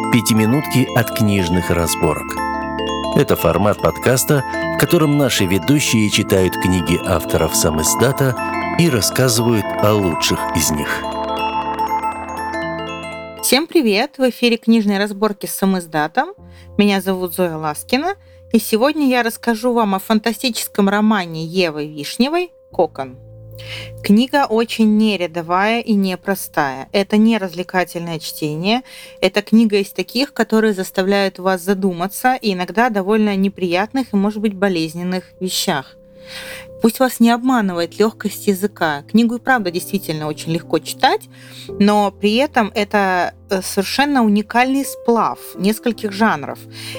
«Пятиминутки от книжных разборок». Это формат подкаста, в котором наши ведущие читают книги авторов сам-издата и рассказывают о лучших из них. Всем привет! В эфире книжные разборки с сам-издатом. Меня зовут Зоя Ласкина, и сегодня я расскажу вам о фантастическом романе Евы Вишневой «Кокон». Книга очень нерядовая и непростая. Это не развлекательное чтение. Это книга из таких, которые заставляют вас задуматься и иногда довольно неприятных и, может быть, болезненных вещах. Пусть вас не обманывает легкость языка. Книгу и правда действительно очень легко читать, но при этом это совершенно уникальный сплав нескольких жанров.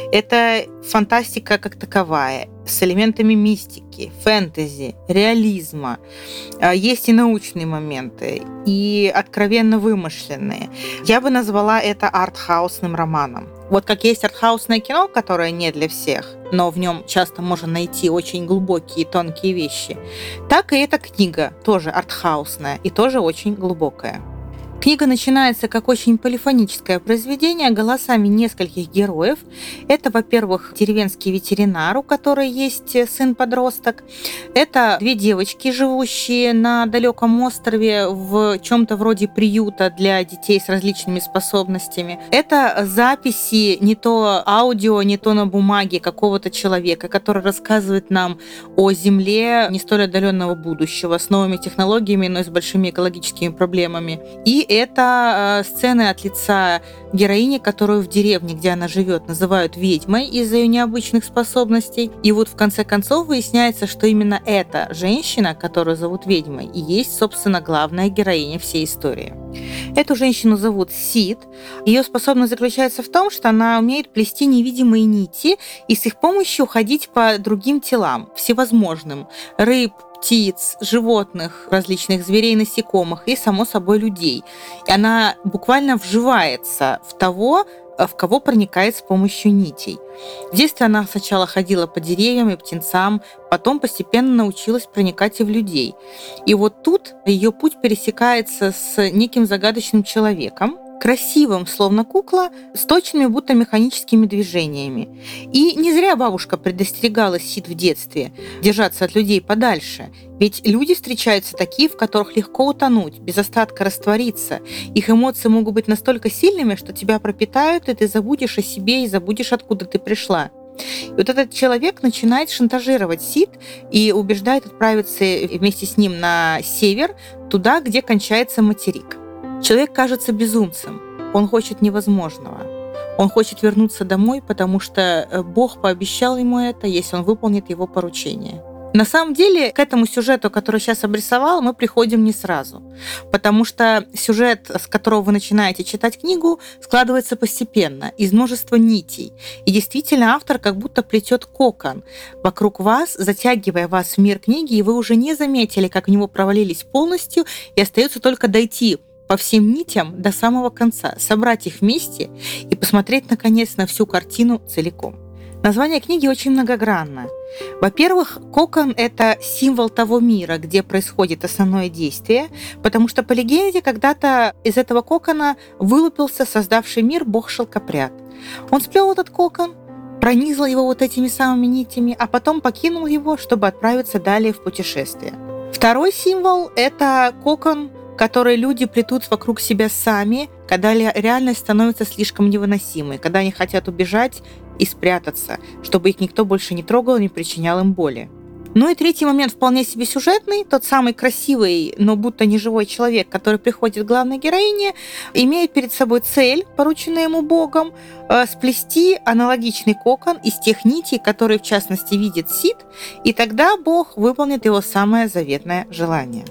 Это фантастика как таковая, с элементами мистики, фэнтези, реализма. Есть и научные моменты, и откровенно вымышленные. Я бы назвала это артхаусным романом. Вот как есть артхаусное кино, которое не для всех, но в нем часто можно найти очень глубокие и тонкие вещи, так и эта книга тоже артхаусная и тоже очень глубокая. Книга начинается как очень полифоническое произведение голосами нескольких героев. Это, во-первых, деревенский ветеринар, у которой есть сын-подросток. Это две девочки, живущие на далеком острове в чем-то вроде приюта для детей с различными способностями. Это записи не то аудио, не то на бумаге какого-то человека, который рассказывает нам о Земле не столь отдаленного будущего, с новыми технологиями, но и с большими экологическими проблемами. И это сцены от лица героини, которую в деревне, где она живет, называют ведьмой из-за ее необычных способностей. И вот в конце концов выясняется, что именно эта женщина, которую зовут ведьмой, и есть, собственно, главная героиня всей истории. Эту женщину зовут Сид. Ее способность заключается в том, что она умеет плести невидимые нити и с их помощью ходить по другим телам, всевозможным: рыб, птиц, животных, различных зверей, насекомых и, само собой, людей. И она буквально вживается в того, в кого проникает с помощью нитей. В детстве она сначала ходила по деревьям и птенцам, потом постепенно научилась проникать и в людей. И вот тут ее путь пересекается с неким загадочным человеком, красивым, словно кукла, с точными, будто механическими движениями. И не зря бабушка предостерегала Сид в детстве держаться от людей подальше. Ведь люди встречаются такие, в которых легко утонуть, без остатка раствориться. Их эмоции могут быть настолько сильными, что тебя пропитают, и ты забудешь о себе и забудешь, откуда ты пришла. И вот этот человек начинает шантажировать Сид и убеждает отправиться вместе с ним на север, туда, где кончается материк. Человек кажется безумцем, он хочет невозможного. Он хочет вернуться домой, потому что Бог пообещал ему это, если он выполнит его поручение. На самом деле, к этому сюжету, который сейчас обрисовал, мы приходим не сразу, потому что сюжет, с которого вы начинаете читать книгу, складывается постепенно, из множества нитей. И действительно, автор как будто плетет кокон вокруг вас, затягивая вас в мир книги, и вы уже не заметили, как в него провалились полностью, и остается только дойти по всем нитям до самого конца, собрать их вместе и посмотреть, наконец, на всю картину целиком. Название книги очень многогранно. Во-первых, кокон – это символ того мира, где происходит основное действие, потому что, по легенде, когда-то из этого кокона вылупился создавший мир бог-шелкопряд. Он сплел этот кокон, пронизал его вот этими самыми нитями, а потом покинул его, чтобы отправиться далее в путешествие. Второй символ – это кокон, которые люди плетут вокруг себя сами, когда реальность становится слишком невыносимой, когда они хотят убежать и спрятаться, чтобы их никто больше не трогал и не причинял им боли. Ну и третий момент вполне себе сюжетный. Тот самый красивый, но будто неживой человек, который приходит к главной героине, имеет перед собой цель, порученную ему Богом, сплести аналогичный кокон из тех нитей, которые, в частности, видит Сид, и тогда Бог выполнит его самое заветное желание.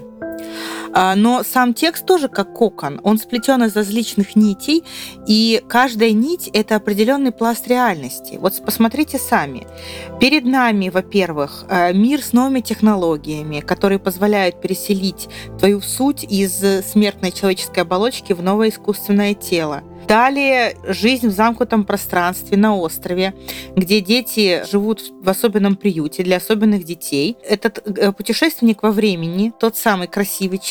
Но сам текст тоже как кокон. Он сплетен из различных нитей, и каждая нить – это определенный пласт реальности. Вот посмотрите сами. Перед нами, во-первых, мир с новыми технологиями, которые позволяют переселить твою суть из смертной человеческой оболочки в новое искусственное тело. Далее жизнь в замкнутом пространстве на острове, где дети живут в особенном приюте для особенных детей. Этот путешественник во времени, тот самый красивый человек,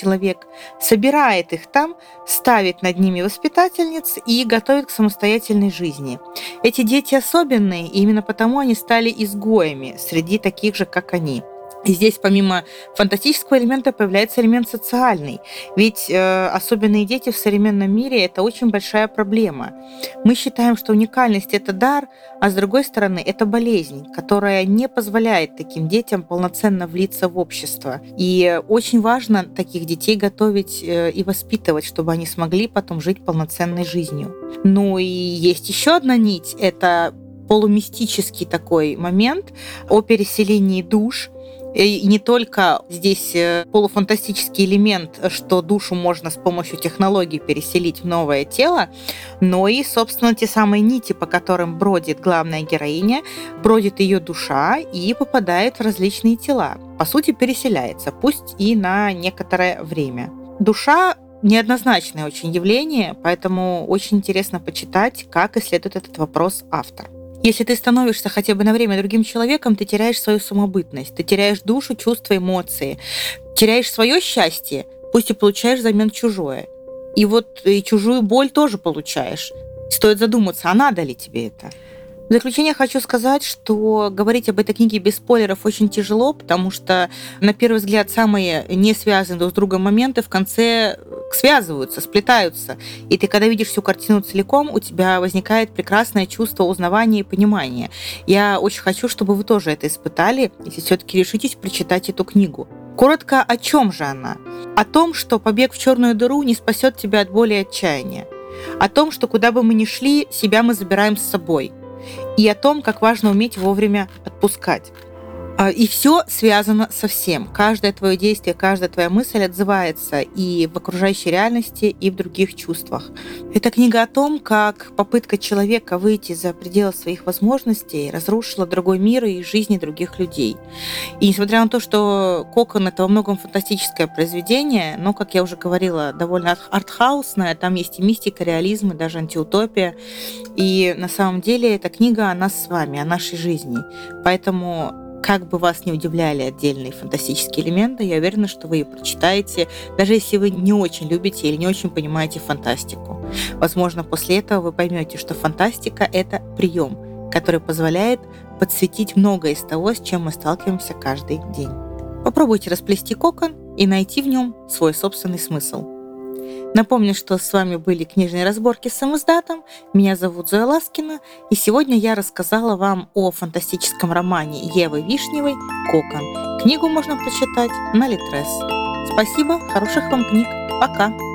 человек, собирает их там, ставит над ними воспитательниц и готовит к самостоятельной жизни. Эти дети особенные, и именно потому они стали изгоями среди таких же, как они. И здесь помимо фантастического элемента появляется элемент социальный. Ведь особенные дети в современном мире – это очень большая проблема. Мы считаем, что уникальность – это дар, а с другой стороны – это болезнь, которая не позволяет таким детям полноценно влиться в общество. И очень важно таких детей готовить и воспитывать, чтобы они смогли потом жить полноценной жизнью. Ну и есть еще одна нить – это полумистический такой момент о переселении душ. И не только здесь полуфантастический элемент, что душу можно с помощью технологий переселить в новое тело, но и, собственно, те самые нити, по которым бродит главная героиня, бродит ее душа и попадает в различные тела. По сути, переселяется, пусть и на некоторое время. Душа неоднозначное очень явление, поэтому очень интересно почитать, как исследует этот вопрос автор. Если ты становишься хотя бы на время другим человеком, ты теряешь свою самобытность, ты теряешь душу, чувства, эмоции, теряешь свое счастье, пусть и получаешь взамен чужое. И вот и чужую боль тоже получаешь. Стоит задуматься, а надо ли тебе это? В заключение хочу сказать, что говорить об этой книге без спойлеров очень тяжело, потому что, на первый взгляд, самые не связанные друг с другом моменты в конце связываются, сплетаются. И ты, когда видишь всю картину целиком, у тебя возникает прекрасное чувство узнавания и понимания. Я очень хочу, чтобы вы тоже это испытали, если все-таки решитесь прочитать эту книгу. Коротко, о чем же она? О том, что побег в черную дыру не спасет тебя от боли и отчаяния. О том, что куда бы мы ни шли, себя мы забираем с собой. И о том, как важно уметь вовремя отпускать. И все связано со всем. Каждое твое действие, каждая твоя мысль отзывается и в окружающей реальности, и в других чувствах. Это книга о том, как попытка человека выйти за пределы своих возможностей разрушила другой мир и жизни других людей. И несмотря на то, что «Кокон» — это во многом фантастическое произведение, но, как я уже говорила, довольно артхаусное, там есть и мистика, реализм, и даже антиутопия. И на самом деле эта книга о нас с вами, о нашей жизни. Поэтому как бы вас ни удивляли отдельные фантастические элементы, я уверена, что вы ее прочитаете, даже если вы не очень любите или не очень понимаете фантастику. Возможно, после этого вы поймете, что фантастика — это прием, который позволяет подсветить многое из того, с чем мы сталкиваемся каждый день. Попробуйте расплести кокон и найти в нем свой собственный смысл. Напомню, что с вами были книжные разборки с самиздатом. Меня зовут Зоя Ласкина, и сегодня я рассказала вам о фантастическом романе Евы Вишневой «Кокон». Книгу можно прочитать на Литрес. Спасибо, хороших вам книг. Пока!